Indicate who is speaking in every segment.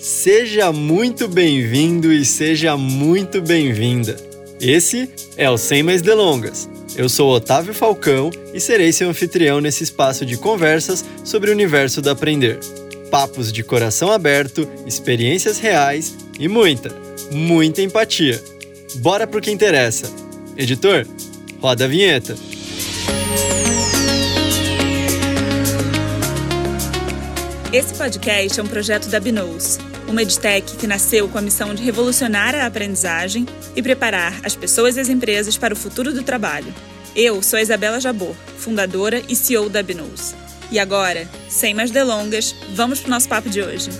Speaker 1: Seja muito bem-vindo e seja muito bem-vinda. Esse é o Sem Mais Delongas. Eu sou Otávio Falcão e serei seu anfitrião nesse espaço de conversas sobre o universo do aprender. Papos de coração aberto, experiências reais e muita empatia. Bora pro que interessa. Editor, roda a vinheta.
Speaker 2: Esse podcast é um projeto da Binous, uma edtech que nasceu com a missão de revolucionar a aprendizagem e preparar as pessoas e as empresas para o futuro do trabalho. Eu sou a Isabela Jabor, fundadora e CEO da Binous. E agora, sem mais delongas, vamos para o nosso papo de hoje.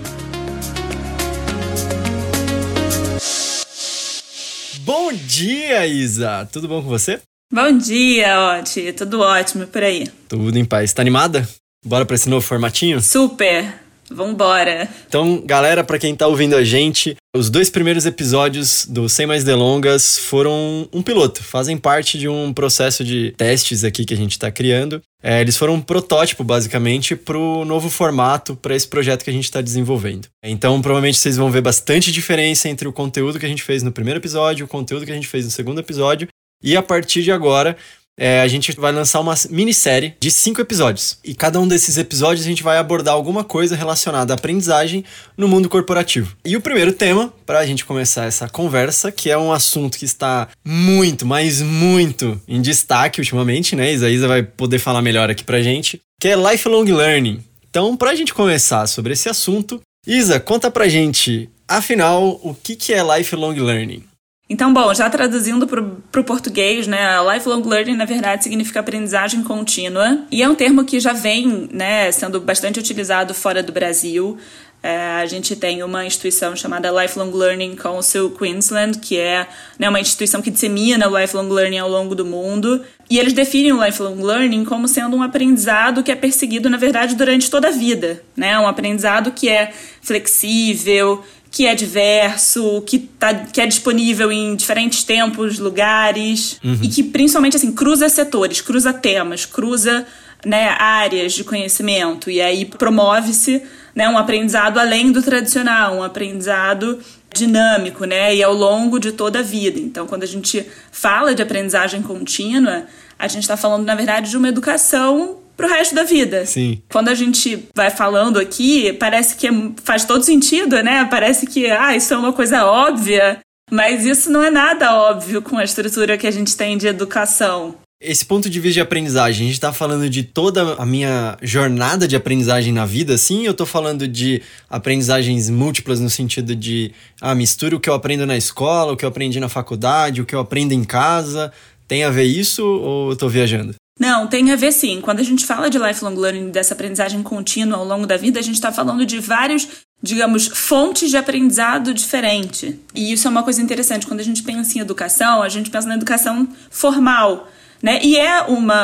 Speaker 1: Bom dia, Isa! Tudo bom com você?
Speaker 2: Bom dia, Oti. Tudo ótimo por aí.
Speaker 1: Tudo em paz. Tá animada? Bora pra esse novo formatinho?
Speaker 2: Super! Vambora!
Speaker 1: Então, galera, pra quem tá ouvindo a gente, os 2 primeiros episódios do Sem Mais Delongas foram um piloto, fazem parte de um processo de testes aqui que a gente tá criando. Eles foram um protótipo, basicamente, pro novo formato, para esse projeto que a gente tá desenvolvendo. Então, provavelmente vocês vão ver bastante diferença entre o conteúdo que a gente fez no primeiro episódio, o conteúdo que a gente fez no segundo episódio, e a partir de agora a gente vai lançar uma minissérie de 5 episódios. E cada um desses episódios a gente vai abordar alguma coisa relacionada à aprendizagem no mundo corporativo. E o primeiro tema, para a gente começar essa conversa, que é um assunto que está muito, mas muito em destaque ultimamente, né? A Isa vai poder falar melhor aqui pra gente, que é Lifelong Learning. Então, pra gente começar sobre esse assunto, Isa, conta pra gente, afinal, o que é Lifelong Learning?
Speaker 2: Então, bom, já traduzindo para o português, né, lifelong learning, na verdade, significa aprendizagem contínua. E é um termo que já vem, né, sendo bastante utilizado fora do Brasil. A gente tem uma instituição chamada Lifelong Learning Council Queensland, que é, né, uma instituição que dissemina o lifelong learning ao longo do mundo. E eles definem o lifelong learning como sendo um aprendizado que é perseguido, na verdade, durante toda a vida, né? Um aprendizado que é flexível, que é diverso, que é disponível em diferentes tempos, lugares, e que principalmente assim, cruza setores, cruza temas, cruza, né, áreas de conhecimento, e aí promove-se, né, um aprendizado além do tradicional, um aprendizado dinâmico, né, e ao longo de toda a vida. Então, quando a gente fala de aprendizagem contínua, a gente está falando, na verdade, de uma educação pro resto da vida.
Speaker 1: Sim.
Speaker 2: Quando a gente vai falando aqui, parece que faz todo sentido, né? Parece que, isso é uma coisa óbvia, mas isso não é nada óbvio com a estrutura que a gente tem de educação.
Speaker 1: Esse ponto de vista de aprendizagem, a gente tá falando de toda a minha jornada de aprendizagem na vida, sim? Eu tô falando de aprendizagens múltiplas no sentido de, mistura o que eu aprendo na escola, o que eu aprendi na faculdade, o que eu aprendo em casa. Tem a ver isso ou eu tô viajando?
Speaker 2: Não, tem a ver sim. Quando a gente fala de lifelong learning, dessa aprendizagem contínua ao longo da vida, a gente está falando de vários, digamos, fontes de aprendizado diferente. E isso é uma coisa interessante. Quando a gente pensa em educação, a gente pensa na educação formal, né? E é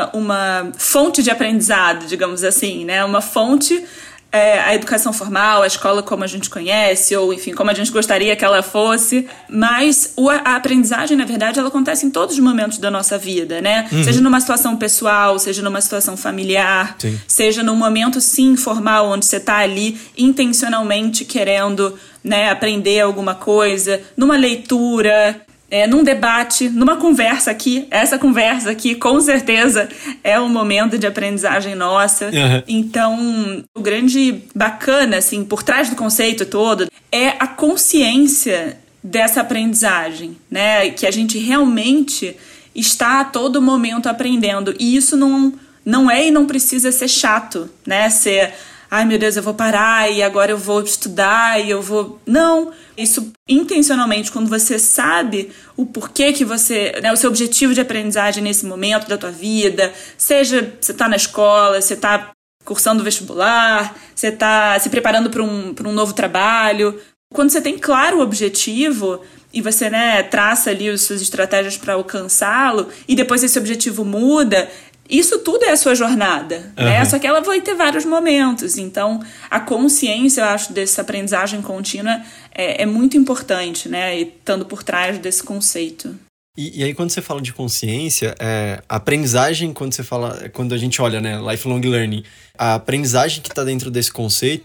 Speaker 2: uma fonte de aprendizado, digamos assim, né? Uma fonte, a educação formal, a escola como a gente conhece, ou enfim, como a gente gostaria que ela fosse. Mas a aprendizagem, na verdade, ela acontece em todos os momentos da nossa vida, né? Seja numa situação pessoal, seja numa situação familiar,
Speaker 1: sim,
Speaker 2: seja num momento, sim, formal, onde você está ali intencionalmente querendo, né, aprender alguma coisa, numa leitura, num debate, numa conversa aqui. Essa conversa aqui, com certeza, é um momento de aprendizagem nossa. Então, o grande bacana, assim, por trás do conceito todo, é a consciência dessa aprendizagem, né? Que a gente realmente está a todo momento aprendendo. E isso não é e não precisa ser chato, né? Ser, ai meu Deus, eu vou parar e agora eu vou estudar e eu vou... Não, isso intencionalmente, quando você sabe o porquê que você... né, o seu objetivo de aprendizagem nesse momento da tua vida, seja você está na escola, você está cursando vestibular, você está se preparando para um novo trabalho. Quando você tem claro o objetivo e você, né, traça ali as suas estratégias para alcançá-lo e depois esse objetivo muda... Isso tudo é a sua jornada, né? Só que ela vai ter vários momentos. Então, a consciência, eu acho, dessa aprendizagem contínua é muito importante, né? E estando por trás desse conceito.
Speaker 1: E aí, quando você fala de consciência, a aprendizagem, quando a gente olha, né, lifelong learning, a aprendizagem que está dentro desse conceito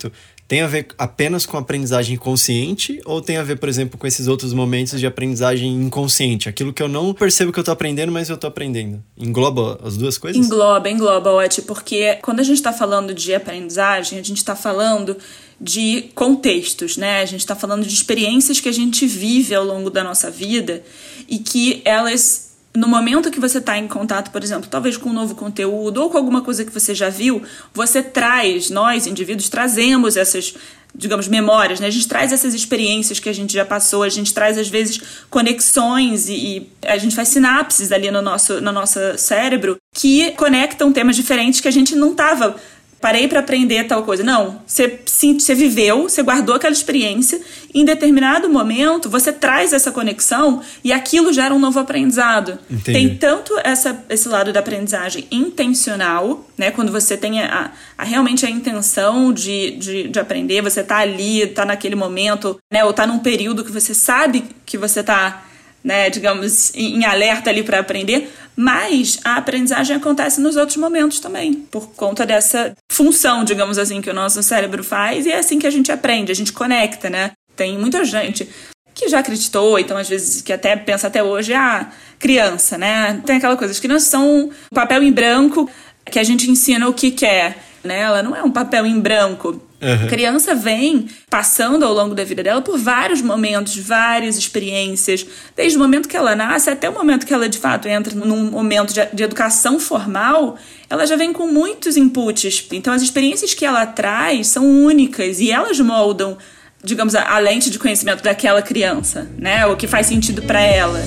Speaker 1: tem a ver apenas com aprendizagem consciente ou tem a ver, por exemplo, com esses outros momentos de aprendizagem inconsciente? Aquilo que eu não percebo que eu tô aprendendo, mas eu tô aprendendo. Engloba as duas coisas?
Speaker 2: Engloba, Oti, porque quando a gente tá falando de aprendizagem, a gente tá falando de contextos, né? A gente tá falando de experiências que a gente vive ao longo da nossa vida e que elas... No momento que você está em contato, por exemplo, talvez com um novo conteúdo ou com alguma coisa que você já viu, você traz, nós, indivíduos, trazemos essas, digamos, memórias, né? A gente traz essas experiências que a gente já passou, a gente traz, às vezes, conexões e a gente faz sinapses ali no nosso cérebro que conectam temas diferentes que a gente não estava... Parei para aprender tal coisa. Não, você viveu, você guardou aquela experiência e em determinado momento você traz essa conexão e aquilo gera um novo aprendizado.
Speaker 1: Entendi.
Speaker 2: Tem tanto esse lado da aprendizagem intencional, né? Quando você tem realmente a intenção de aprender, você tá ali, tá naquele momento, né? Ou tá num período que você sabe que você tá, né, digamos, em alerta ali para aprender, mas a aprendizagem acontece nos outros momentos também, por conta dessa função, digamos assim, que o nosso cérebro faz, e é assim que a gente aprende, a gente conecta, né? Tem muita gente que já acreditou, então às vezes que até pensa até hoje, criança, né? Tem aquela coisa, as crianças são um papel em branco que a gente ensina o que quer, né? Ela não é um papel em branco. Uhum. A criança vem passando ao longo da vida dela por vários momentos, várias experiências, desde o momento que ela nasce até o momento que ela de fato entra num momento de educação formal, ela já vem com muitos inputs. Então as experiências que ela traz são únicas e elas moldam, digamos, a lente de conhecimento daquela criança, né? O que faz sentido para ela.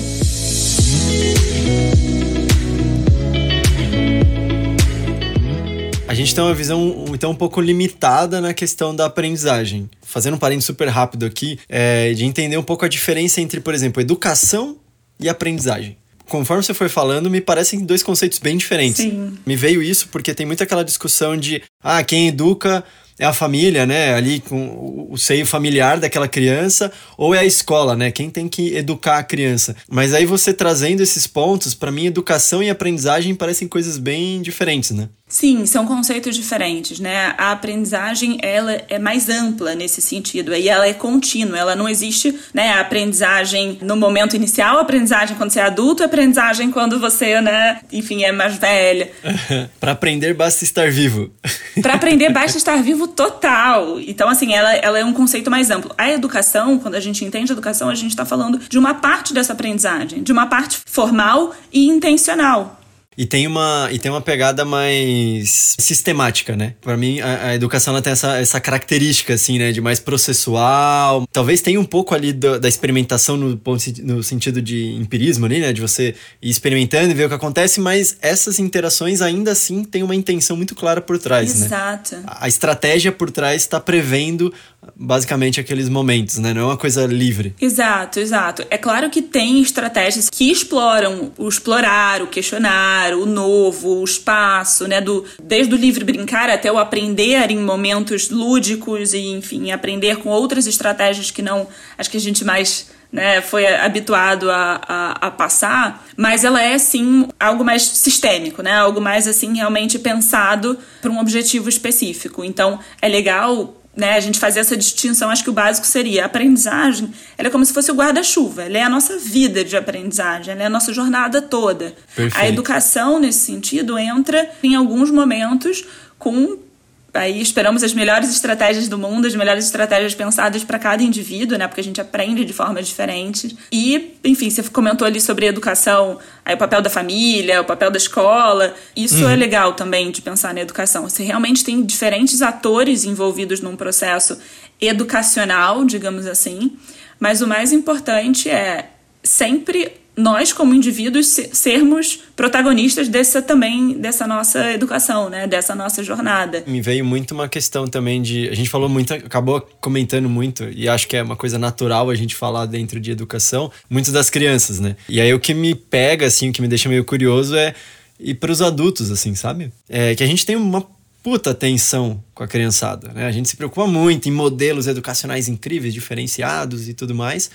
Speaker 1: A gente tem uma visão, então, um pouco limitada na questão da aprendizagem. Fazendo um parênteses super rápido aqui, de entender um pouco a diferença entre, por exemplo, educação e aprendizagem. Conforme você foi falando, me parecem dois conceitos bem diferentes.
Speaker 2: Sim.
Speaker 1: Me veio isso porque tem muito aquela discussão de quem educa é a família, né? Ali com o seio familiar daquela criança, ou é a escola, né? Quem tem que educar a criança. Mas aí você trazendo esses pontos, para mim, educação e aprendizagem parecem coisas bem diferentes, né?
Speaker 2: Sim, são conceitos diferentes, né? A aprendizagem, ela é mais ampla nesse sentido, e ela é contínua, ela não existe, né? A aprendizagem no momento inicial, a aprendizagem quando você é adulto, a aprendizagem quando você, né? Enfim, é mais velha.
Speaker 1: Para aprender, basta estar vivo.
Speaker 2: Para aprender, basta estar vivo total. Então, assim, ela é um conceito mais amplo. A educação, quando a gente entende a educação, a gente está falando de uma parte dessa aprendizagem, de uma parte formal e intencional.
Speaker 1: E tem uma pegada mais sistemática, né? Pra mim, a educação ela tem essa característica, assim, né? De mais processual. Talvez tenha um pouco ali da experimentação no sentido de empirismo ali, né? De você ir experimentando e ver o que acontece, mas essas interações ainda assim têm uma intenção muito clara por trás, né?
Speaker 2: Exato.
Speaker 1: A estratégia por trás está prevendo basicamente aqueles momentos, né? Não é uma coisa livre.
Speaker 2: Exato. É claro que tem estratégias que exploram o explorar, o questionar, o novo, o espaço, né? Desde o livre brincar até o aprender em momentos lúdicos e, enfim, aprender com outras estratégias que não acho que a gente mais, né, foi habituado a passar, mas ela é, sim, algo mais sistêmico, né? Algo mais, assim, realmente pensado para um objetivo específico. Então, é legal, né, a gente fazer essa distinção. Acho que o básico seria a aprendizagem, ela é como se fosse o guarda-chuva, ela é a nossa vida de aprendizagem, ela é a nossa jornada toda.
Speaker 1: Perfeito.
Speaker 2: A educação, nesse sentido, entra em alguns momentos com... Aí esperamos as melhores estratégias do mundo, as melhores estratégias pensadas para cada indivíduo, né? Porque a gente aprende de formas diferentes. E, enfim, você comentou ali sobre a educação, aí o papel da família, o papel da escola. Isso é legal também de pensar na educação. Você realmente tem diferentes atores envolvidos num processo educacional, digamos assim. Mas o mais importante é sempre nós, como indivíduos, sermos protagonistas dessa nossa educação, né? Dessa nossa jornada.
Speaker 1: Me veio muito uma questão também de... A gente falou muito, acabou comentando muito, e acho que é uma coisa natural a gente falar dentro de educação, muito das crianças, né? E aí o que me pega, assim, o que me deixa meio curioso é ir pros adultos, assim, sabe? Que a gente tem uma puta atenção com a criançada, né? A gente se preocupa muito em modelos educacionais incríveis, diferenciados e tudo mais.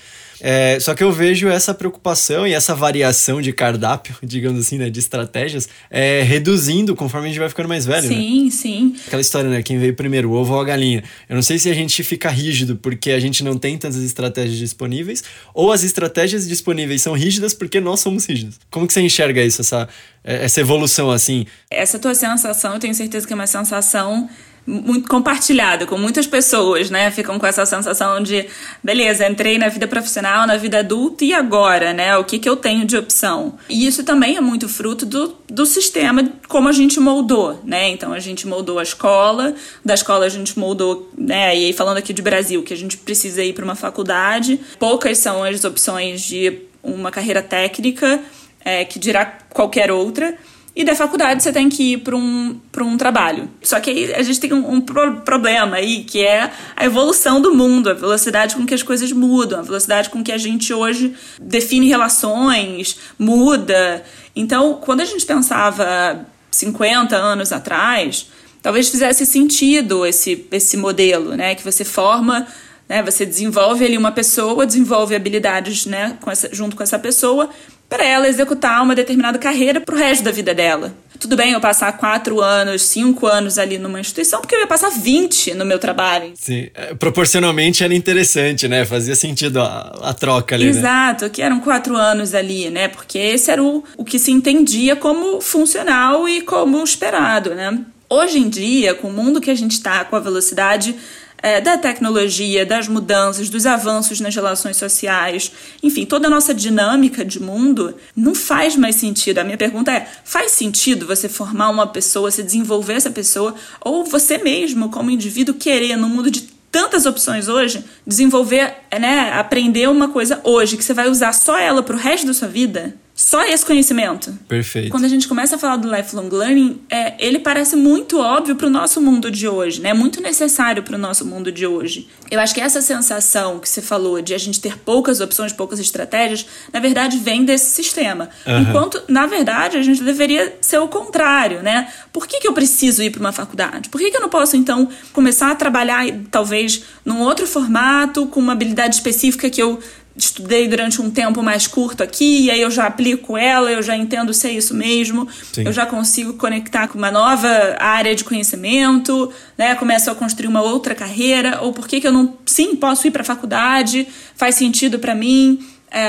Speaker 1: Só que eu vejo essa preocupação e essa variação de cardápio, digamos assim, né, de estratégias, reduzindo conforme a gente vai ficando mais velho,
Speaker 2: sim,
Speaker 1: né?
Speaker 2: Sim.
Speaker 1: Aquela história, né? Quem veio primeiro, o ovo ou a galinha? Eu não sei se a gente fica rígido porque a gente não tem tantas estratégias disponíveis, ou as estratégias disponíveis são rígidas porque nós somos rígidos. Como que você enxerga isso, essa evolução, assim?
Speaker 2: Essa tua sensação, eu tenho certeza que é uma sensação muito compartilhada com muitas pessoas, né? Ficam com essa sensação de, beleza, entrei na vida profissional, na vida adulta, e agora, né? O que eu tenho de opção? E isso também é muito fruto do sistema, como a gente moldou, né? Então, a gente moldou a escola, da escola a gente moldou, né? E aí, falando aqui de Brasil, que a gente precisa ir para uma faculdade, poucas são as opções de uma carreira técnica, que dirá qualquer outra. E da faculdade você tem que ir para um trabalho. Só que aí a gente tem um problema aí, que é a evolução do mundo, a velocidade com que as coisas mudam, a velocidade com que a gente hoje define relações, muda. Então, quando a gente pensava 50 anos atrás, talvez fizesse sentido esse modelo, né? Que você forma, né? Você desenvolve ali uma pessoa, desenvolve habilidades, né? Junto com essa pessoa, para ela executar uma determinada carreira pro resto da vida dela. Tudo bem eu passar 4 anos, 5 anos ali numa instituição, porque eu ia passar 20 no meu trabalho.
Speaker 1: Sim, proporcionalmente era interessante, né? Fazia sentido a troca ali,
Speaker 2: Exato, que eram 4 anos ali, né? Porque esse era o que se entendia como funcional e como esperado, né? Hoje em dia, com o mundo que a gente está, com a velocidade da tecnologia, das mudanças, dos avanços nas relações sociais, enfim, toda a nossa dinâmica de mundo, não faz mais sentido. A minha pergunta é, faz sentido você formar uma pessoa, você desenvolver essa pessoa, ou você mesmo, como indivíduo, querer, no mundo de tantas opções hoje, desenvolver, né, aprender uma coisa hoje, que você vai usar só ela pro resto da sua vida? Só esse conhecimento.
Speaker 1: Perfeito.
Speaker 2: Quando a gente começa a falar do lifelong learning, ele parece muito óbvio para o nosso mundo de hoje, né? Muito necessário para o nosso mundo de hoje. Eu acho que essa sensação que você falou de a gente ter poucas opções, poucas estratégias, na verdade vem desse sistema. Uhum. Enquanto, na verdade, a gente deveria ser o contrário, né? Por que eu preciso ir para uma faculdade? Por que eu não posso, então, começar a trabalhar, talvez, num outro formato, com uma habilidade específica que eu estudei durante um tempo mais curto aqui, e aí eu já aplico ela, eu já entendo se é isso mesmo, Sim. Eu já consigo conectar com uma nova área de conhecimento, né? Começo a construir uma outra carreira, ou por que eu não, sim, posso ir para a faculdade, faz sentido para mim,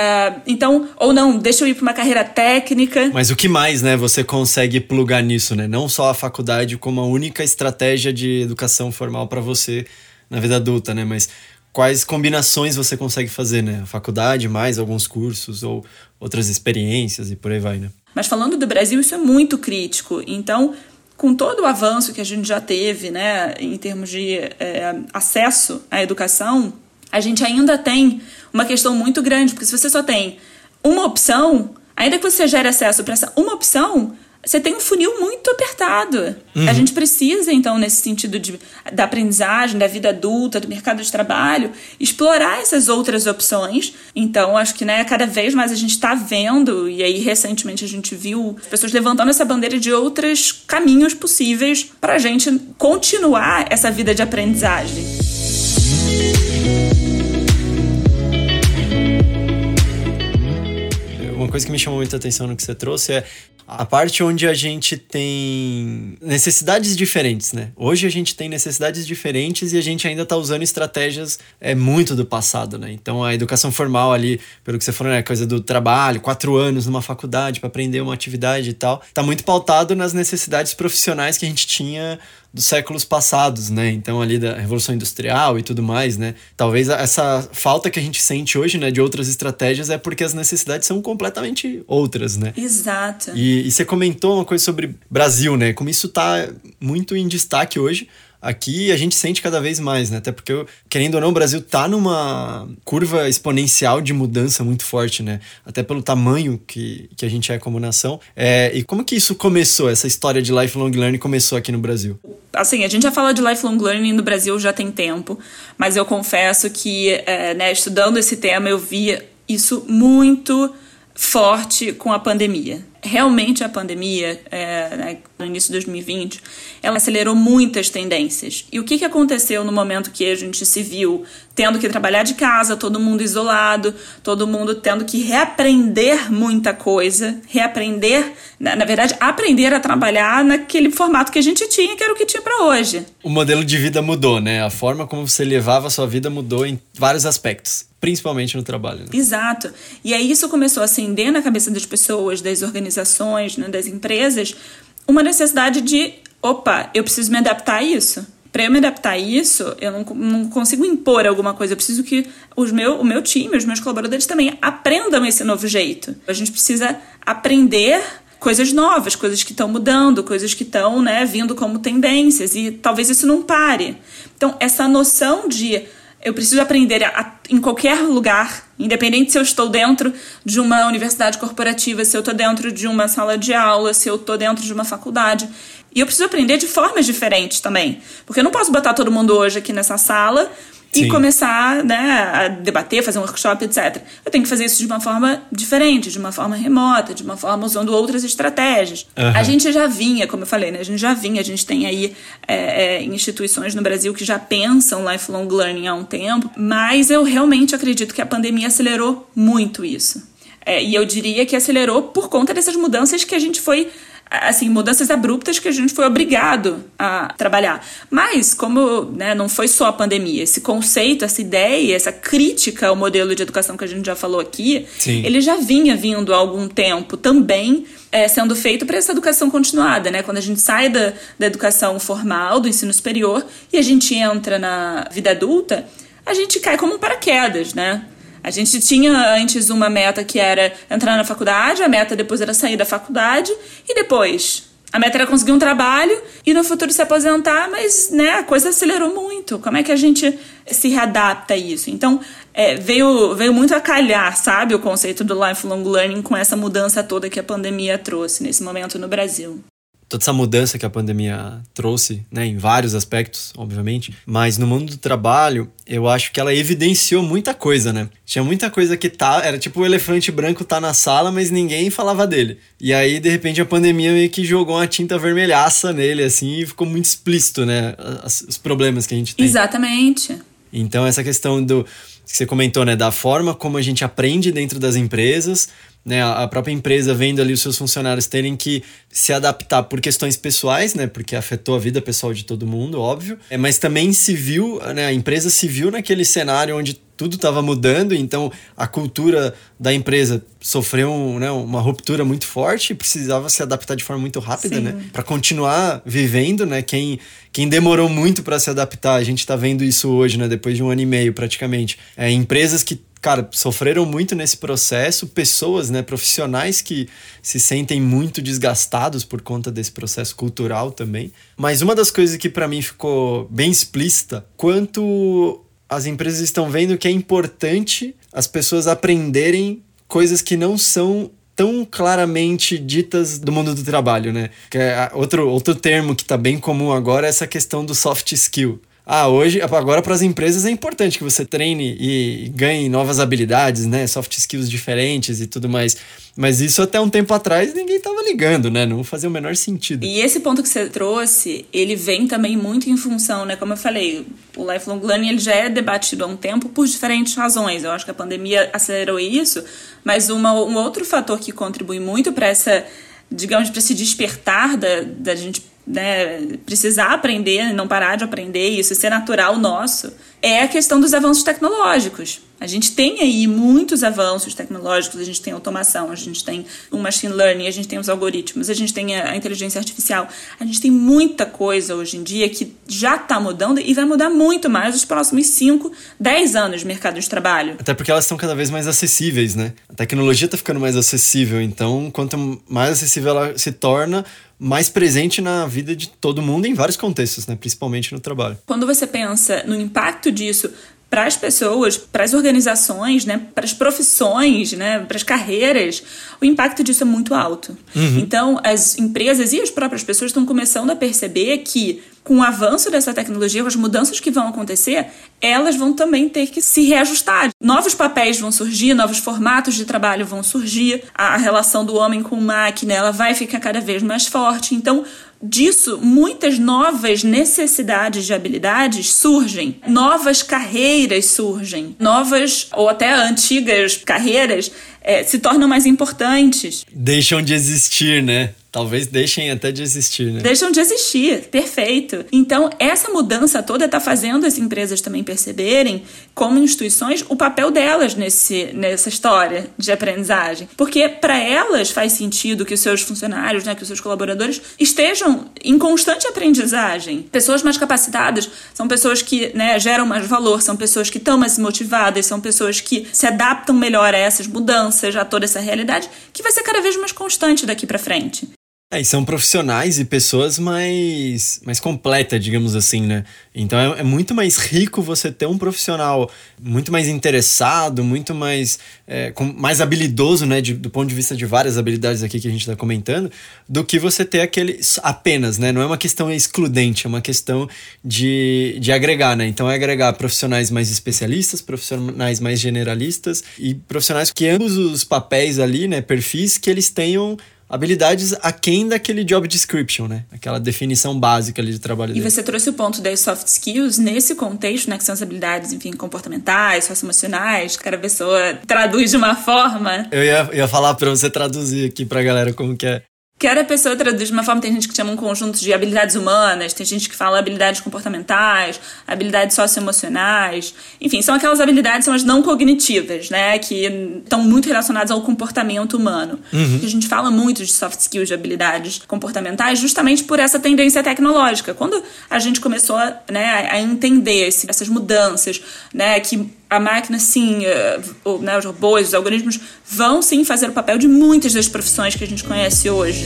Speaker 2: então, ou não, deixa eu ir para uma carreira técnica.
Speaker 1: Mas o que mais, né, você consegue plugar nisso, né? Não só a faculdade como a única estratégia de educação formal para você na vida adulta, né? Mas quais combinações você consegue fazer, né? Faculdade, mais alguns cursos ou outras experiências e por aí vai, né?
Speaker 2: Mas falando do Brasil, isso é muito crítico. Então, com todo o avanço que a gente já teve, né, em termos de acesso à educação, a gente ainda tem uma questão muito grande, porque se você só tem uma opção, ainda que você gere acesso para essa uma opção, você tem um funil muito apertado. Uhum. A gente precisa, então, nesse sentido da aprendizagem, da vida adulta, do mercado de trabalho, explorar essas outras opções. Então, acho que, né, cada vez mais a gente está vendo, e aí recentemente a gente viu as pessoas levantando essa bandeira de outros caminhos possíveis para a gente continuar essa vida de aprendizagem.
Speaker 1: Uma coisa que me chamou muita atenção no que você trouxe é a parte onde a gente tem necessidades diferentes, né? Hoje a gente tem necessidades diferentes e a gente ainda tá usando estratégias muito do passado, né? Então a educação formal ali, pelo que você falou, né? Coisa do trabalho, 4 anos numa faculdade para aprender uma atividade e tal, tá muito pautado nas necessidades profissionais que a gente tinha dos séculos passados, né? Então ali da Revolução Industrial e tudo mais, né? Talvez essa falta que a gente sente hoje, né, de outras estratégias é porque as necessidades são completamente outras, né?
Speaker 2: Exato.
Speaker 1: E você comentou uma coisa sobre Brasil, né? Como isso tá muito em destaque hoje. Aqui a gente sente cada vez mais, né? Até porque, querendo ou não, o Brasil tá numa curva exponencial de mudança muito forte, né? Até pelo tamanho que a gente é como nação. E como que isso começou, essa história de lifelong learning começou aqui no Brasil?
Speaker 2: Assim, a gente já fala de lifelong learning no Brasil já tem tempo, mas eu confesso que, estudando esse tema, eu vi isso muito forte com a pandemia. realmente a pandemia, no início de 2020, ela acelerou muitas tendências. E o que aconteceu no momento que a gente se viu tendo que trabalhar de casa, todo mundo isolado, todo mundo tendo que reaprender muita coisa, na verdade, aprender a trabalhar naquele formato que a gente tinha, que era o que tinha para hoje.
Speaker 1: O modelo de vida mudou, né? A forma como você levava a sua vida mudou em vários aspectos, principalmente no trabalho. Né?
Speaker 2: Exato. E aí isso começou a acender na cabeça das pessoas, das organizações, né, das empresas, uma necessidade de, eu preciso me adaptar a isso. Para eu me adaptar a isso, eu não consigo impor alguma coisa. Eu preciso que o meu time, os meus colaboradores também aprendam esse novo jeito. A gente precisa aprender coisas novas, coisas que estão mudando, coisas que estão, né, vindo como tendências. E talvez isso não pare. Então, essa noção de eu preciso aprender em qualquer lugar, independente se eu estou dentro de uma universidade corporativa, se eu estou dentro de uma sala de aula, se eu estou dentro de uma faculdade. E eu preciso aprender de formas diferentes também. Porque eu não posso botar todo mundo hoje aqui nessa sala e começar, né, a debater, fazer um workshop, etc. Eu tenho que fazer isso de uma forma diferente, de uma forma remota, de uma forma usando outras estratégias. Uhum. A gente já vinha, como eu falei, né, a gente tem aí instituições no Brasil que já pensam lifelong learning há um tempo, mas eu realmente acredito que a pandemia acelerou muito isso. E eu diria que acelerou por conta dessas mudanças que a gente foi... mudanças abruptas que a gente foi obrigado a trabalhar. Mas, como, né, não foi só a pandemia, esse conceito, essa ideia, essa crítica ao modelo de educação que a gente já falou aqui, ele já vinha vindo há algum tempo também, sendo feito para essa educação continuada, né? Quando a gente sai da educação formal, do ensino superior, e a gente entra na vida adulta, a gente cai como um paraquedas, né? A gente tinha antes uma meta que era entrar na faculdade, a meta depois era sair da faculdade, e depois a meta era conseguir um trabalho e no futuro se aposentar, mas, né, a coisa acelerou muito. Como é que a gente se readapta a isso? Então, veio muito a calhar, sabe, o conceito do lifelong learning com essa mudança toda que a pandemia trouxe nesse momento no Brasil.
Speaker 1: Toda essa mudança que a pandemia trouxe, né, em vários aspectos, obviamente, mas no mundo do trabalho, eu acho que ela evidenciou muita coisa, né? Tinha muita coisa que era tipo o elefante branco tá na sala, mas ninguém falava dele. E aí, de repente, a pandemia meio que jogou uma tinta vermelhaça nele, assim, e ficou muito explícito, né, os problemas que a gente tem.
Speaker 2: Exatamente.
Speaker 1: Então, essa questão que você comentou, né, da forma como a gente aprende dentro das empresas, né, a própria empresa vendo ali os seus funcionários terem que se adaptar por questões pessoais, né, porque afetou a vida pessoal de todo mundo, óbvio, mas também se viu, né, a empresa se viu naquele cenário onde tudo estava mudando, então a cultura da empresa sofreu uma ruptura muito forte e precisava se adaptar de forma muito rápida, né, para continuar vivendo, né, quem demorou muito para se adaptar, a gente está vendo isso hoje, né, depois de 1 ano e meio praticamente, empresas que sofreram muito nesse processo, pessoas, né, profissionais que se sentem muito desgastados por conta desse processo cultural também. Mas uma das coisas que para mim ficou bem explícita, quanto as empresas estão vendo que é importante as pessoas aprenderem coisas que não são tão claramente ditas do mundo do trabalho, né? Que é outro termo que está bem comum agora é essa questão do soft skill. Agora para as empresas é importante que você treine e ganhe novas habilidades, né? Soft skills diferentes e tudo mais. Mas isso até um tempo atrás ninguém estava ligando, né? Não fazia o menor sentido.
Speaker 2: E esse ponto que você trouxe, ele vem também muito em função, né? Como eu falei, o lifelong learning ele já é debatido há um tempo por diferentes razões. Eu acho que a pandemia acelerou isso, mas um outro fator que contribui muito para essa, digamos, para esse despertar da gente, né, precisar aprender, não parar de aprender, isso ser natural nosso, é a questão dos avanços tecnológicos. A gente tem aí muitos avanços tecnológicos, a gente tem automação, a gente tem o machine learning, a gente tem os algoritmos, a gente tem a inteligência artificial, a gente tem muita coisa hoje em dia que já está mudando e vai mudar muito mais nos próximos 5, 10 anos no mercado de trabalho.
Speaker 1: Até porque elas estão cada vez mais acessíveis, né? A tecnologia está ficando mais acessível, então quanto mais acessível ela se torna, mais presente na vida de, de todo mundo em vários contextos, né? Principalmente no trabalho.
Speaker 2: Quando você pensa no impacto disso para as pessoas, para as organizações, né, para as profissões, né, para as carreiras, o impacto disso é muito alto. Então, as empresas e as próprias pessoas estão começando a perceber que, com o avanço dessa tecnologia, com as mudanças que vão acontecer, elas vão também ter que se reajustar. Novos papéis vão surgir, novos formatos de trabalho vão surgir, a relação do homem com máquina, ela vai ficar cada vez mais forte. Então, disso, muitas novas necessidades de habilidades surgem, novas carreiras surgem, novas ou até antigas carreiras se tornam mais importantes.
Speaker 1: Deixam de existir, né? Talvez deixem até de existir, né?
Speaker 2: Deixam de existir, perfeito. Então, essa mudança toda está fazendo as empresas também perceberem, como instituições, o papel delas nessa história de aprendizagem. Porque para elas faz sentido que os seus funcionários, né, que os seus colaboradores estejam em constante aprendizagem. Pessoas mais capacitadas são pessoas que, né, geram mais valor, são pessoas que estão mais motivadas, são pessoas que se adaptam melhor a essas mudanças, a toda essa realidade, que vai ser cada vez mais constante daqui para frente.
Speaker 1: E são profissionais e pessoas mais completas, digamos assim, né? Então é muito mais rico você ter um profissional muito mais interessado, muito mais, mais habilidoso, né? Do ponto de vista de várias habilidades aqui que a gente está comentando, do que você ter aquele apenas, né? Não é uma questão excludente, é uma questão de agregar, né? Então é agregar profissionais mais especialistas, profissionais mais generalistas e profissionais que ambos os papéis ali, né? Perfis que eles tenham habilidades aquém daquele job description, né? Aquela definição básica ali de trabalho dele.
Speaker 2: E você trouxe o ponto das soft skills nesse contexto, né? Que são as habilidades, enfim, comportamentais, socioemocionais, que cada pessoa traduz de uma forma.
Speaker 1: Eu ia falar pra você traduzir aqui pra galera como que é.
Speaker 2: Cada pessoa traduz de uma forma, tem gente que chama um conjunto de habilidades humanas, tem gente que fala habilidades comportamentais, habilidades socioemocionais, enfim, são aquelas habilidades, são as não cognitivas, né, que estão muito relacionadas ao comportamento humano. A gente fala muito de soft skills, de habilidades comportamentais, justamente por essa tendência tecnológica. Quando a gente começou, né, a entender essas mudanças, né, que a máquina, sim, né, os robôs, os algoritmos vão, sim, fazer o papel de muitas das profissões que a gente conhece hoje.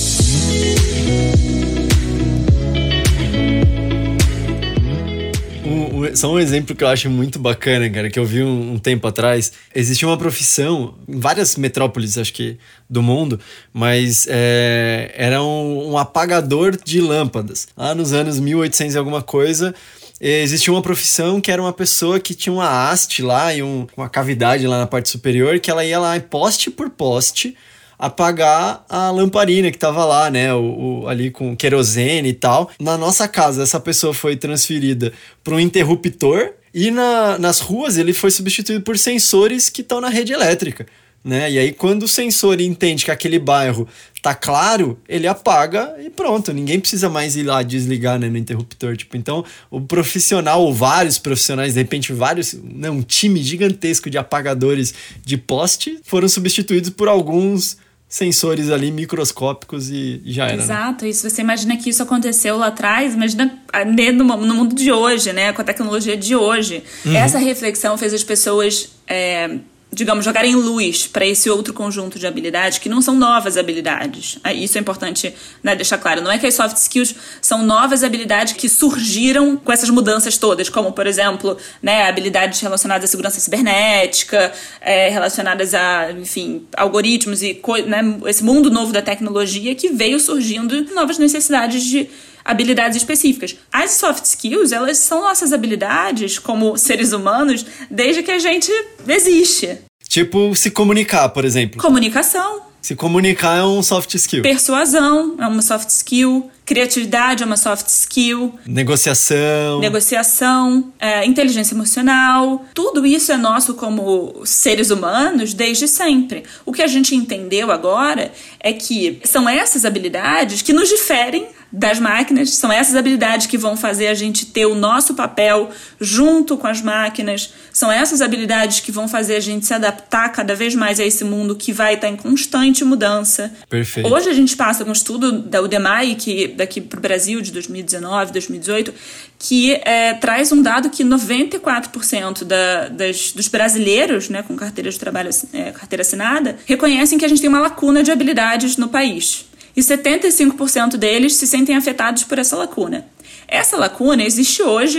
Speaker 1: Só um exemplo que eu acho muito bacana, cara, que eu vi um tempo atrás. Existia uma profissão em várias metrópoles, acho que, do mundo, mas era um apagador de lâmpadas. Lá nos anos 1800 e alguma coisa, existia uma profissão que era uma pessoa que tinha uma haste lá e uma cavidade lá na parte superior, que ela ia lá poste por poste apagar a lamparina que tava lá, né, ali com querosene e tal. Na nossa casa, essa pessoa foi transferida para um interruptor e nas ruas ele foi substituído por sensores que estão na rede elétrica, né? E aí quando o sensor entende que aquele bairro tá claro, ele apaga e pronto, ninguém precisa mais ir lá desligar, né, no interruptor, tipo, então o profissional ou vários profissionais, de repente vários, né, um time gigantesco de apagadores de poste foram substituídos por alguns sensores ali microscópicos e já era.
Speaker 2: Exato, né? E se você imagina que isso aconteceu lá atrás, imagina no mundo de hoje, né, com a tecnologia de hoje. Essa reflexão fez as pessoas, digamos, jogarem luz para esse outro conjunto de habilidades que não são novas habilidades. Isso é importante, né, deixar claro. Não é que as soft skills são novas habilidades que surgiram com essas mudanças todas, como, por exemplo, né, habilidades relacionadas à segurança cibernética, relacionadas a, enfim, algoritmos e né, esse mundo novo da tecnologia que veio surgindo novas necessidades de habilidades específicas. As soft skills, elas são nossas habilidades como seres humanos desde que a gente existe.
Speaker 1: Tipo, se comunicar, por exemplo.
Speaker 2: Comunicação.
Speaker 1: Se comunicar é um soft skill.
Speaker 2: Persuasão é uma soft skill. Criatividade é uma soft skill.
Speaker 1: Negociação,
Speaker 2: inteligência emocional. Tudo isso é nosso como seres humanos desde sempre. O que a gente entendeu agora é que são essas habilidades que nos diferem das máquinas, são essas habilidades que vão fazer a gente ter o nosso papel junto com as máquinas, são essas habilidades que vão fazer a gente se adaptar cada vez mais a esse mundo que vai estar em constante mudança.
Speaker 1: Perfeito.
Speaker 2: Hoje a gente passa com um estudo da UDEMAI, que daqui para o Brasil, de 2019, 2018, que traz um dado que 94% dos brasileiros, né, com carteira de trabalho, carteira assinada, reconhecem que a gente tem uma lacuna de habilidades no país. E 75% deles se sentem afetados por essa lacuna. Essa lacuna existe hoje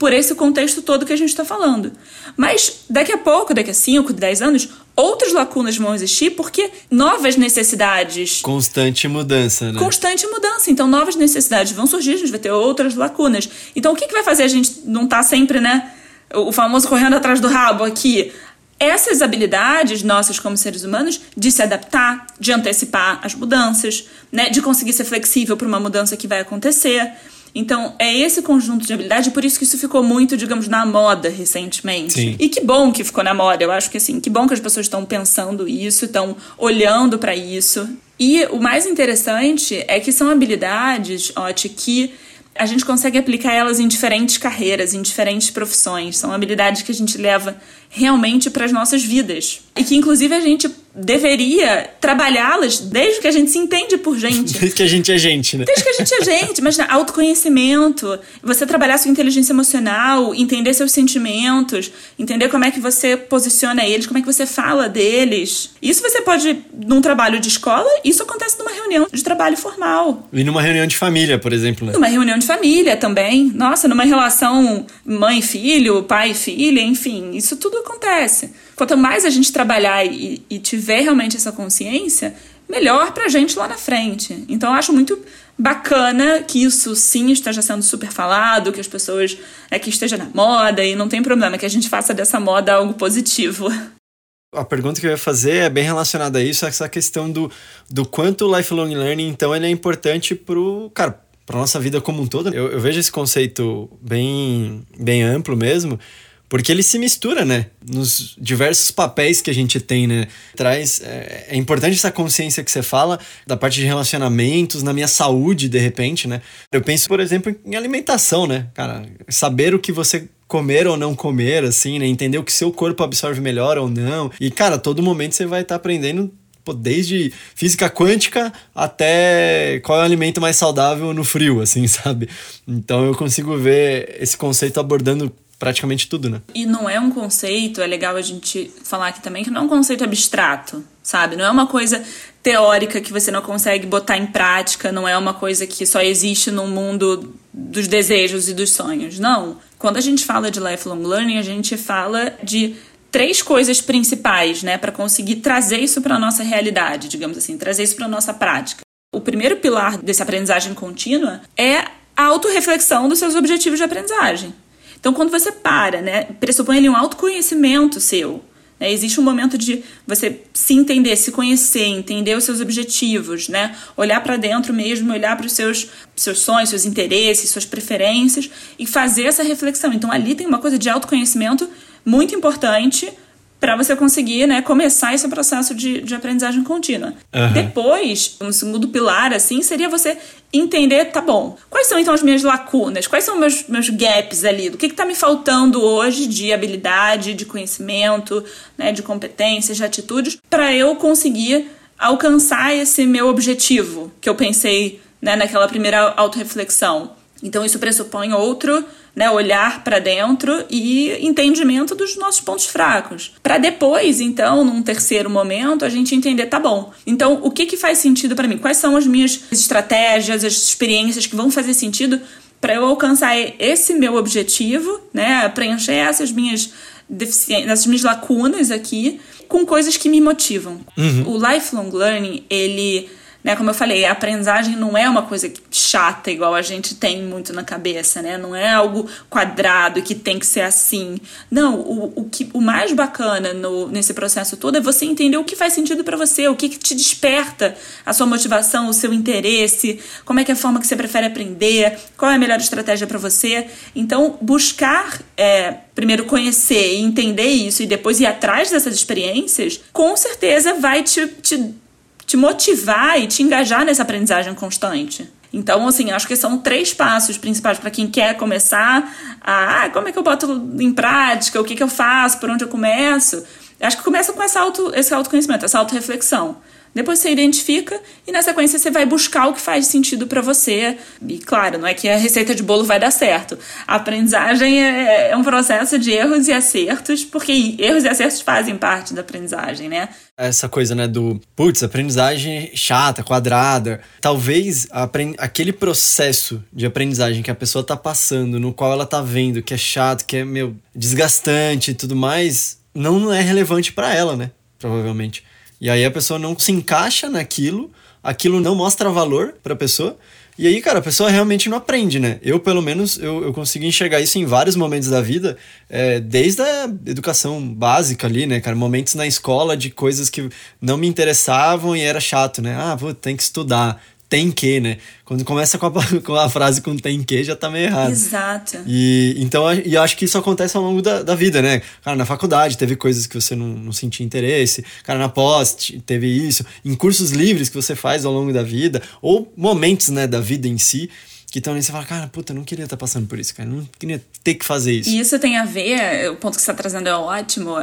Speaker 2: por esse contexto todo que a gente está falando. Mas daqui a pouco, daqui a 5, 10 anos, outras lacunas vão existir porque novas necessidades...
Speaker 1: Constante mudança, né?
Speaker 2: Constante mudança. Então, novas necessidades vão surgir, a gente vai ter outras lacunas. Então, o que vai fazer a gente não estar sempre, né? O famoso correndo atrás do rabo aqui. Essas habilidades nossas como seres humanos de se adaptar, de antecipar as mudanças, né? De conseguir ser flexível para uma mudança que vai acontecer. Então, é esse conjunto de habilidades, por isso que isso ficou muito, digamos, na moda recentemente.
Speaker 1: Sim.
Speaker 2: E que bom que ficou na moda. Eu acho que, assim, que bom que as pessoas estão pensando isso, estão olhando para isso. E o mais interessante é que são habilidades, Oti, que a gente consegue aplicar elas em diferentes carreiras, em diferentes profissões. São habilidades que a gente leva realmente para as nossas vidas. E que, inclusive, a gente deveria trabalhá-las desde que a gente se entende por gente.
Speaker 1: Desde que a gente é gente, né?
Speaker 2: Desde que a gente é gente. Imagina, autoconhecimento, você trabalhar sua inteligência emocional, entender seus sentimentos, entender como é que você posiciona eles, como é que você fala deles. Isso você pode, num trabalho de escola, isso acontece numa reunião de trabalho formal.
Speaker 1: E numa reunião de família, por exemplo, né?
Speaker 2: Numa reunião de família também. Nossa, numa relação mãe-filho, pai-filha, enfim, isso tudo acontece. Quanto mais a gente trabalhar e tiver realmente essa consciência, melhor pra gente lá na frente. Então eu acho muito bacana que isso sim esteja sendo super falado, que as pessoas que esteja na moda, e não tem problema que a gente faça dessa moda algo positivo.
Speaker 1: A pergunta que eu ia fazer é bem relacionada a isso, essa questão do quanto o lifelong learning, então, ele é importante pra nossa vida como um todo. Eu vejo esse conceito bem amplo mesmo, porque ele se mistura, né? Nos diversos papéis que a gente tem, né? É importante essa consciência que você fala da parte de relacionamentos, na minha saúde, de repente, né? Eu penso, por exemplo, em alimentação, né? Cara, saber o que você comer ou não comer, assim, né? Entender o que seu corpo absorve melhor ou não. E, cara, a todo momento você vai estar aprendendo, desde física quântica até qual é o alimento mais saudável no frio, assim, sabe? Então eu consigo ver esse conceito abordando praticamente tudo, né?
Speaker 2: E não é um conceito, é legal a gente falar aqui também, que não é um conceito abstrato, sabe? Não é uma coisa teórica que você não consegue botar em prática, não é uma coisa que só existe no mundo dos desejos e dos sonhos, não. Quando a gente fala de lifelong learning, a gente fala de 3 coisas principais, né, para conseguir trazer isso para a nossa realidade, digamos assim, trazer isso para a nossa prática. O primeiro pilar dessa aprendizagem contínua é a autorreflexão dos seus objetivos de aprendizagem. Então, quando você né, pressupõe ali um autoconhecimento seu, né, existe um momento de você se entender, se conhecer, entender os seus objetivos, né, olhar para dentro mesmo, olhar para os seus sonhos, seus interesses, suas preferências e fazer essa reflexão. Então, ali tem uma coisa de autoconhecimento muito importante para você conseguir, né, começar esse processo de aprendizagem contínua. Uhum. Depois, um segundo pilar, assim, seria você entender, tá bom, quais são então as minhas lacunas, quais são meus gaps ali, do que tá me faltando hoje de habilidade, de conhecimento, né, de competências, de atitudes, para eu conseguir alcançar esse meu objetivo que eu pensei, né, naquela primeira autorreflexão. Então isso pressupõe outro, né, olhar para dentro e entendimento dos nossos pontos fracos. Para depois, então, num terceiro momento, a gente entender, tá bom, então o que faz sentido para mim? Quais são as minhas estratégias, as experiências que vão fazer sentido para eu alcançar esse meu objetivo, né, preencher essas minhas deficiências, essas minhas lacunas aqui, com coisas que me motivam. Uhum. O lifelong learning, ele... né, como eu falei, a aprendizagem não é uma coisa chata igual a gente tem muito na cabeça, né? Não é algo quadrado que tem que ser assim. Não, o mais bacana nesse processo todo é você entender o que faz sentido para você, o que te desperta a sua motivação, o seu interesse, como é que é a forma que você prefere aprender, qual é a melhor estratégia para você. Então, buscar, primeiro conhecer e entender isso e depois ir atrás dessas experiências, com certeza vai te motivar e te engajar nessa aprendizagem constante. Então, assim, acho que são 3 passos principais para quem quer começar como é que eu boto em prática, o que eu faço, por onde eu começo. Acho que começa com esse autoconhecimento, essa autorreflexão, Depois você identifica e na sequência você vai buscar o que faz sentido para você. E claro, não é que a receita de bolo vai dar certo. A aprendizagem é um processo de erros e acertos, porque erros e acertos fazem parte da aprendizagem, né?
Speaker 1: Essa coisa, né, aprendizagem chata, quadrada. Talvez aquele processo de aprendizagem que a pessoa tá passando, no qual ela tá vendo que é chato, que é, desgastante e tudo mais, não é relevante para ela, né? Provavelmente. E aí a pessoa não se encaixa naquilo, aquilo não mostra valor pra pessoa. E aí, cara, a pessoa realmente não aprende, né? Eu, pelo menos, eu consegui enxergar isso em vários momentos da vida, desde a educação básica ali, né, cara? Momentos na escola de coisas que não me interessavam e era chato, né? Tem que estudar, tem que, né? Quando começa com a frase com tem que, já tá meio errado.
Speaker 2: Exato.
Speaker 1: Então eu acho que isso acontece ao longo da vida, né? Cara, na faculdade teve coisas que você não sentia interesse. Cara, na pós teve isso. Em cursos livres que você faz ao longo da vida. Ou momentos, né, da vida em si. Que então você fala, cara, puta, eu não queria estar passando por isso, cara. Eu não queria ter que fazer isso.
Speaker 2: E isso tem a ver, o ponto que você está trazendo é ótimo,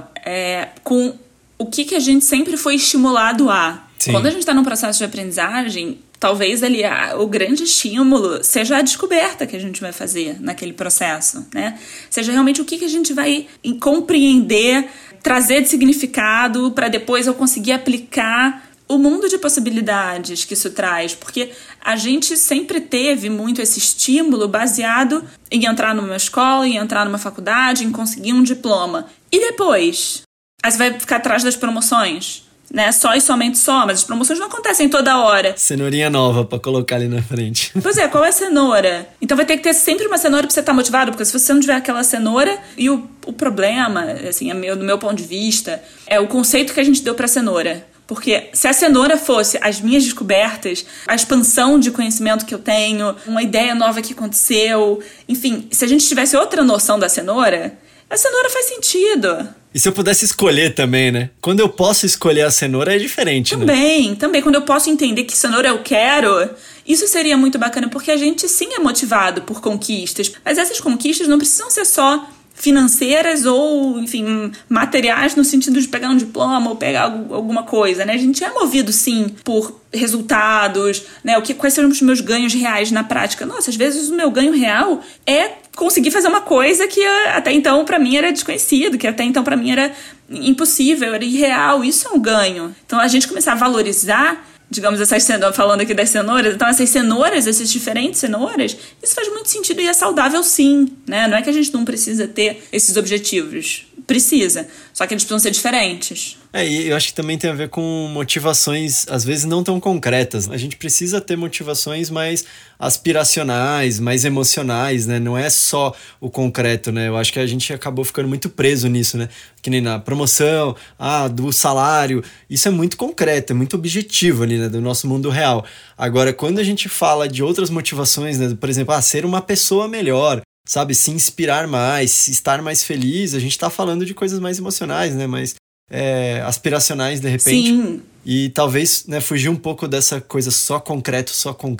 Speaker 2: com o que a gente sempre foi estimulado a. Sim. Quando a gente está num processo de aprendizagem, talvez ali o grande estímulo seja a descoberta que a gente vai fazer naquele processo, né? Seja realmente o que a gente vai compreender, trazer de significado para depois eu conseguir aplicar o mundo de possibilidades que isso traz. Porque a gente sempre teve muito esse estímulo baseado em entrar numa escola, em entrar numa faculdade, em conseguir um diploma. E depois? Aí você vai ficar atrás das promoções, né? Só e somente só, mas as promoções não acontecem toda hora.
Speaker 1: Cenourinha nova pra colocar ali na frente.
Speaker 2: Pois é, qual é a cenoura? Então vai ter que ter sempre uma cenoura pra você estar motivado, porque se você não tiver aquela cenoura, e o problema, assim, do meu ponto de vista, é o conceito que a gente deu pra cenoura. Porque se a cenoura fosse as minhas descobertas, a expansão de conhecimento que eu tenho, uma ideia nova que aconteceu, enfim, se a gente tivesse outra noção da cenoura, a cenoura faz sentido.
Speaker 1: E se eu pudesse escolher também, né? Quando eu posso escolher a cenoura é diferente,
Speaker 2: né? Também. Quando eu posso entender que cenoura eu quero, isso seria muito bacana, porque a gente sim é motivado por conquistas. Mas essas conquistas não precisam ser só financeiras ou, enfim, materiais no sentido de pegar um diploma ou pegar alguma coisa, né? A gente é movido, sim, por resultados, né? Quais são os meus ganhos reais na prática? Nossa, às vezes o meu ganho real é conseguir fazer uma coisa que até então pra mim era desconhecido, que até então pra mim era impossível, era irreal. Isso é um ganho. Então a gente começar a valorizar, digamos, falando aqui das cenouras, então essas cenouras, essas diferentes cenouras, isso faz muito sentido e é saudável sim, né? Não é que a gente não precisa ter esses objetivos. Precisa, só que eles precisam ser diferentes.
Speaker 1: E eu acho que também tem a ver com motivações, às vezes, não tão concretas. A gente precisa ter motivações mais aspiracionais, mais emocionais, né? Não é só o concreto, né? Eu acho que a gente acabou ficando muito preso nisso, né? Que nem na promoção, do salário. Isso é muito concreto, é muito objetivo ali, né? Do nosso mundo real. Agora, quando a gente fala de outras motivações, né? Por exemplo, ser uma pessoa melhor, sabe? Se inspirar mais, se estar mais feliz. A gente tá falando de coisas mais emocionais, né? Mais aspiracionais, de repente.
Speaker 2: Sim.
Speaker 1: E talvez, né, fugir um pouco dessa coisa só concreto,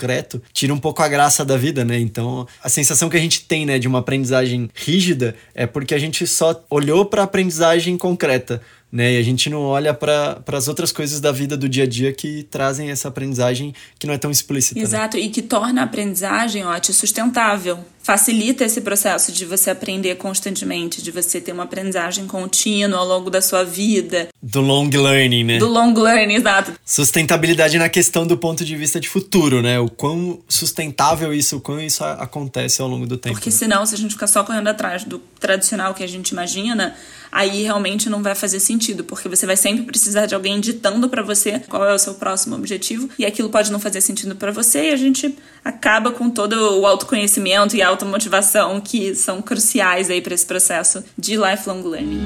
Speaker 1: tira um pouco a graça da vida, né? Então, a sensação que a gente tem, né, de uma aprendizagem rígida é porque a gente só olhou pra aprendizagem concreta, né? E a gente não olha para as outras coisas da vida do dia a dia que trazem essa aprendizagem que não é tão explícita.
Speaker 2: Exato, né? E que torna a aprendizagem, sustentável. Facilita esse processo de você aprender constantemente, de você ter uma aprendizagem contínua ao longo da sua vida.
Speaker 1: Do long learning, né?
Speaker 2: Do long learning, exato.
Speaker 1: Sustentabilidade na questão do ponto de vista de futuro, né? O quão sustentável o quão isso acontece ao longo do tempo.
Speaker 2: Porque senão, se a gente ficar só correndo atrás do tradicional que a gente imagina, aí realmente não vai fazer sentido, porque você vai sempre precisar de alguém ditando pra você qual é o seu próximo objetivo, e aquilo pode não fazer sentido pra você, e a gente acaba com todo o autoconhecimento e a automotivação que são cruciais aí pra esse processo de lifelong learning.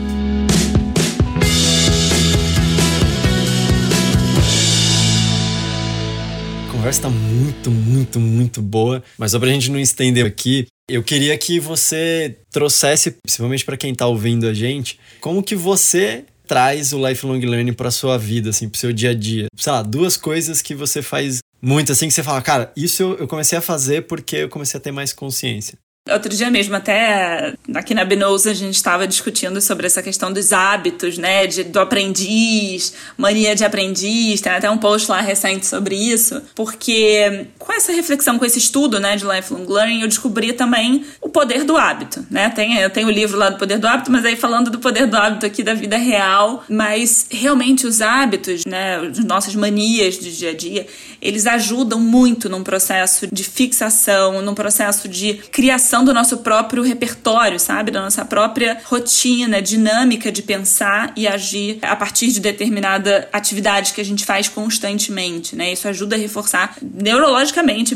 Speaker 1: A conversa tá muito boa, mas só pra gente não estender aqui, eu queria que você trouxesse, principalmente para quem tá ouvindo a gente, como que você traz o lifelong learning pra sua vida, assim, pro seu dia a dia. Sei lá, 2 coisas que você faz muito, assim, que você fala, cara, isso eu comecei a fazer porque eu comecei a ter mais consciência.
Speaker 2: Outro dia mesmo, até aqui na Binous, a gente estava discutindo sobre essa questão dos hábitos, né, do aprendiz, mania de aprendiz, tem até um post lá recente sobre isso, porque com essa reflexão, com esse estudo, né, de lifelong learning, eu descobri também o poder do hábito, né, eu tenho o livro lá do poder do hábito, mas aí falando do poder do hábito aqui da vida real, mas realmente os hábitos, né, as nossas manias do dia a dia, eles ajudam muito num processo de fixação, num processo de criação do nosso próprio repertório, sabe? Da nossa própria rotina, dinâmica de pensar e agir a partir de determinada atividade que a gente faz constantemente, né? Isso ajuda a reforçar neurologicamente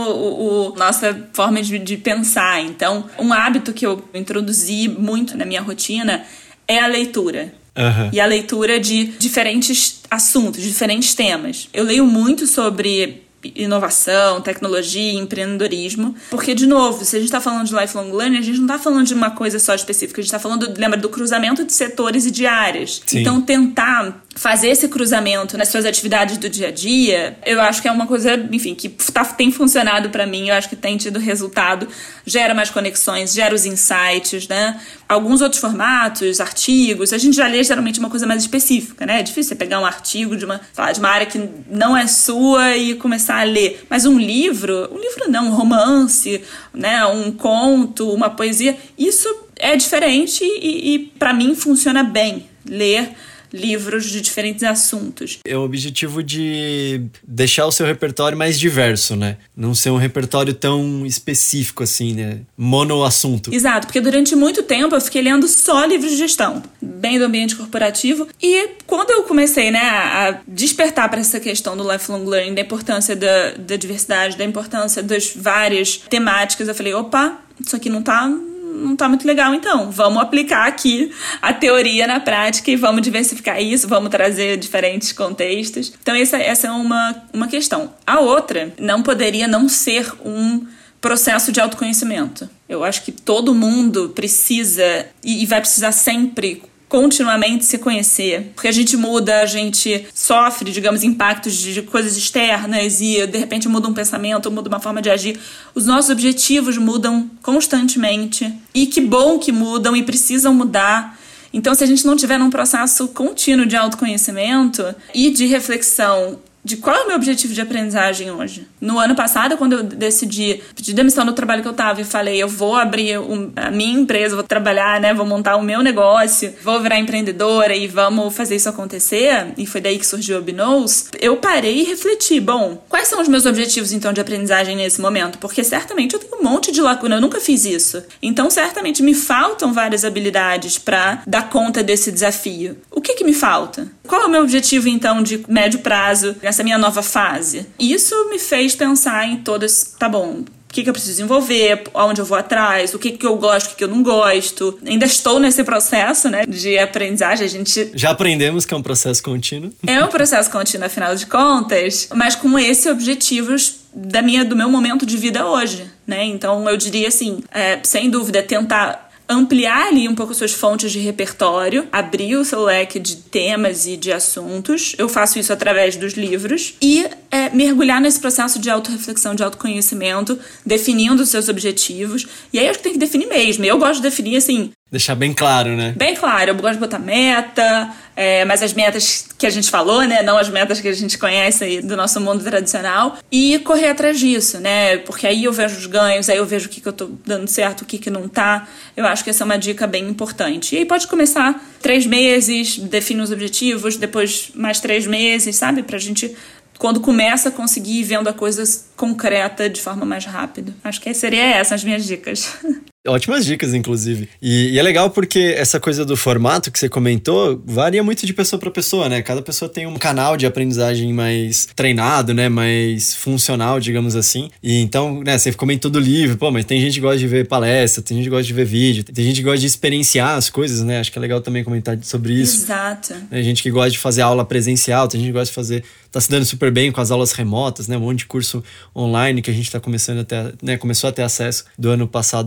Speaker 2: mesmo nossa forma de pensar. Então, um hábito que eu introduzi muito na minha rotina é a leitura. E a leitura de diferentes assuntos, diferentes temas. Eu leio muito sobre inovação, tecnologia, empreendedorismo, porque, de novo, se a gente está falando de lifelong learning, a gente não está falando de uma coisa só específica, a gente está falando, lembra, do cruzamento de setores e de áreas. Sim. Então, tentar fazer esse cruzamento nas suas atividades do dia a dia, eu acho que é uma coisa, enfim, que tem funcionado para mim, eu acho que tem tido resultado, gera mais conexões, gera os insights, né? Alguns outros formatos, artigos, a gente já lê geralmente uma coisa mais específica, né? É difícil você pegar um artigo de uma área que não é sua e começar a ler. Mas um livro não, um romance, né? Um conto, uma poesia, isso é diferente e para mim funciona bem ler livros de diferentes assuntos.
Speaker 1: É o objetivo de deixar o seu repertório mais diverso, né? Não ser um repertório tão específico assim, né? Monoassunto.
Speaker 2: Exato, porque durante muito tempo eu fiquei lendo só livros de gestão, bem do ambiente corporativo, e quando eu comecei, né, a despertar para essa questão do lifelong learning, da importância da diversidade, da importância das várias temáticas, eu falei, opa, isso aqui não tá muito legal, então. Vamos aplicar aqui a teoria na prática e vamos diversificar isso, vamos trazer diferentes contextos. Então, essa é uma questão. A outra não poderia não ser um processo de autoconhecimento. Eu acho que todo mundo precisa e vai precisar sempre continuamente se conhecer, porque a gente muda, a gente sofre, digamos, impactos de coisas externas e de repente muda um pensamento, muda uma forma de agir. Os nossos objetivos mudam constantemente e que bom que mudam e precisam mudar. Então, se a gente não tiver num processo contínuo de autoconhecimento e de reflexão de qual é o meu objetivo de aprendizagem hoje. No ano passado, quando eu decidi pedir demissão do trabalho que eu estava e falei, eu vou abrir a minha empresa, vou trabalhar, né, vou montar o meu negócio, vou virar empreendedora e vamos fazer isso acontecer, e foi daí que surgiu a Binous, eu parei e refleti, bom, quais são os meus objetivos, então, de aprendizagem nesse momento? Porque certamente eu tenho um monte de lacuna, eu nunca fiz isso. Então, certamente me faltam várias habilidades para dar conta desse desafio. O que me falta? Qual é o meu objetivo, então, de médio prazo nessa minha nova fase? Isso me fez pensar em todas, tá bom, o que eu preciso desenvolver, aonde eu vou atrás, o que eu gosto, o que eu não gosto. Ainda estou nesse processo, né, de aprendizagem. A gente
Speaker 1: já aprendemos que é um processo contínuo.
Speaker 2: É um processo contínuo, afinal de contas, mas com esses objetivos do meu momento de vida hoje, né? Então, eu diria assim, sem dúvida, tentar ampliar ali um pouco suas fontes de repertório, abrir o seu leque de temas e de assuntos. Eu faço isso através dos livros e mergulhar nesse processo de autorreflexão, de autoconhecimento, definindo os seus objetivos. E aí eu acho que tem que definir mesmo. Eu gosto de definir assim,
Speaker 1: deixar bem claro, né?
Speaker 2: Bem claro. Eu gosto de botar meta, mas as metas que a gente falou, né? Não as metas que a gente conhece aí do nosso mundo tradicional. E correr atrás disso, né? Porque aí eu vejo os ganhos, aí eu vejo o que eu tô dando certo, o que não tá. Eu acho que essa é uma dica bem importante. E aí pode começar 3 meses, define os objetivos, depois mais 3 meses, sabe? Pra gente, quando começa a conseguir ir vendo a coisa concreta de forma mais rápida. Acho que seria essas as minhas dicas.
Speaker 1: Ótimas dicas, inclusive. E é legal porque essa coisa do formato que você comentou varia muito de pessoa para pessoa, né? Cada pessoa tem um canal de aprendizagem mais treinado, né? Mais funcional, digamos assim. E então, né, você comentou do livro, pô, mas tem gente que gosta de ver palestra, tem gente que gosta de ver vídeo, tem gente que gosta de experienciar as coisas, né? Acho que é legal também comentar sobre isso.
Speaker 2: Exato.
Speaker 1: Tem gente que gosta de fazer aula presencial, tem gente que gosta de fazer... Tá se dando super bem com as aulas remotas, né? Um monte de curso online que a gente tá começando até, né? Começou a ter acesso do ano passado para cá.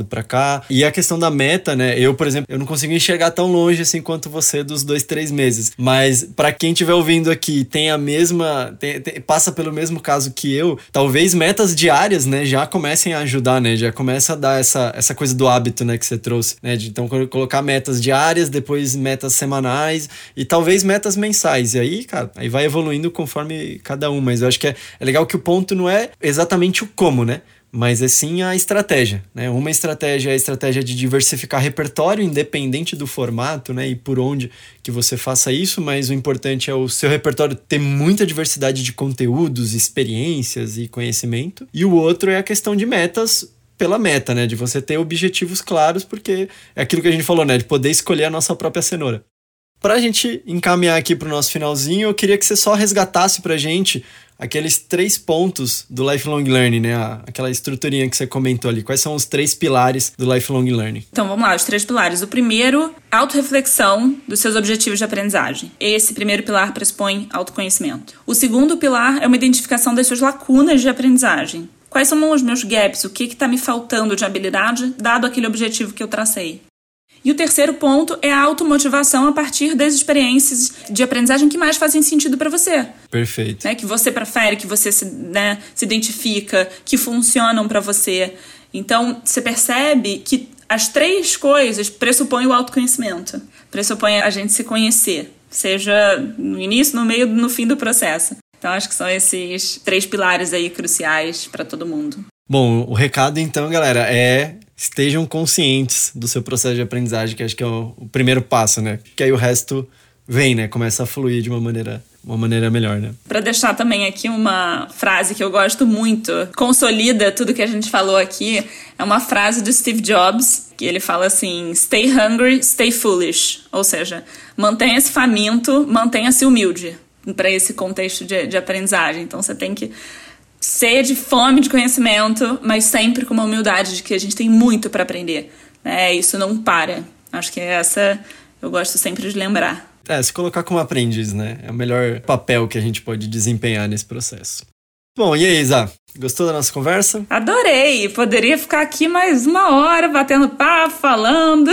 Speaker 1: enxergar. E a questão da meta, né? Eu, por exemplo, eu não consigo enxergar tão longe assim quanto você dos 2-3 meses. Mas pra quem estiver ouvindo aqui, tem a mesma... passa pelo mesmo caso que eu, talvez metas diárias, né, já comecem a ajudar, né? Já começa a dar essa coisa do hábito, né, que você trouxe, né? De então colocar metas diárias, depois metas semanais e talvez metas mensais. E aí, cara, aí vai evoluindo conforme cada um. Mas eu acho que é legal que o ponto não é exatamente o como, né? Mas é sim a estratégia, né? Uma estratégia é a estratégia de diversificar repertório, independente do formato, né? E por onde que você faça isso, mas o importante é o seu repertório ter muita diversidade de conteúdos, experiências e conhecimento. E o outro é a questão de metas pela meta, né? De você ter objetivos claros, porque é aquilo que a gente falou, né? De poder escolher a nossa própria cenoura. Pra gente encaminhar aqui pro nosso finalzinho, eu queria que você só resgatasse pra gente aqueles 3 pontos do Lifelong Learning, né? Aquela estruturinha que você comentou ali. Quais são os 3 pilares do Lifelong Learning?
Speaker 2: Então, vamos lá, os 3 pilares. O primeiro, autorreflexão dos seus objetivos de aprendizagem. Esse primeiro pilar pressupõe autoconhecimento. O segundo pilar é uma identificação das suas lacunas de aprendizagem. Quais são os meus gaps? O que está me faltando de habilidade, dado aquele objetivo que eu tracei? E o terceiro ponto é a automotivação a partir das experiências de aprendizagem que mais fazem sentido para você.
Speaker 1: Perfeito.
Speaker 2: Né? Que você prefere, que você se identifica, que funcionam para você. Então, você percebe que as 3 coisas pressupõem o autoconhecimento. Pressupõem a gente se conhecer, seja no início, no meio, no fim do processo. Então, acho que são esses 3 pilares aí cruciais para todo mundo.
Speaker 1: Bom, o recado então, galera, é estejam conscientes do seu processo de aprendizagem, que acho que é o primeiro passo, né? Que aí o resto vem, né? Começa a fluir de uma maneira melhor, né? Para
Speaker 2: deixar também aqui uma frase que eu gosto muito, consolida tudo que a gente falou aqui, é uma frase do Steve Jobs, que ele fala assim: stay hungry, stay foolish. Ou seja, mantenha-se faminto, mantenha-se humilde para esse contexto de aprendizagem. Então você tem que sede, fome de conhecimento, mas sempre com uma humildade de que a gente tem muito para aprender, né? Isso não para. Acho que essa eu gosto sempre de lembrar.
Speaker 1: Se colocar como aprendiz, né? É o melhor papel que a gente pode desempenhar nesse processo. Bom, e aí, Isa? Gostou da nossa conversa?
Speaker 2: Adorei! Poderia ficar aqui mais 1 hora batendo papo, falando.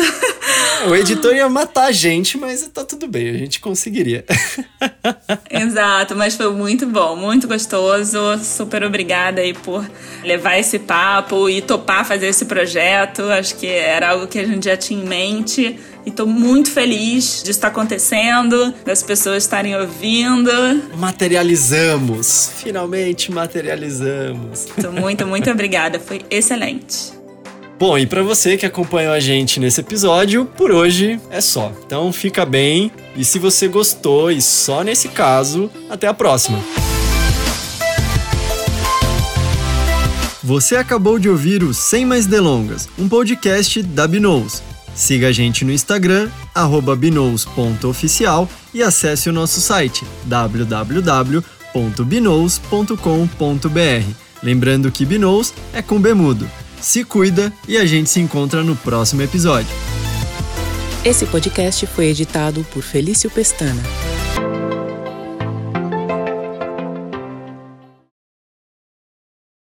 Speaker 1: O editor ia matar a gente, mas tá tudo bem, a gente conseguiria.
Speaker 2: Exato, mas foi muito bom, muito gostoso. Super obrigada aí por levar esse papo e topar fazer esse projeto. Acho que era algo que a gente já tinha em mente. E tô muito feliz de estar acontecendo, das pessoas estarem ouvindo.
Speaker 1: Materializamos! Finalmente materializamos!
Speaker 2: Muito obrigada, foi excelente.
Speaker 1: Bom, e pra você que acompanhou a gente nesse episódio, por hoje é só. Então fica bem, e se você gostou, e só nesse caso, até a próxima! Você acabou de ouvir o Sem Mais Delongas, um podcast da Binous. Siga a gente no Instagram, @binous.oficial, e acesse o nosso site, www.binous.com.br. Lembrando que Binous é com B mudo. Se cuida e a gente se encontra no próximo episódio.
Speaker 3: Esse podcast foi editado por Felício Pestana.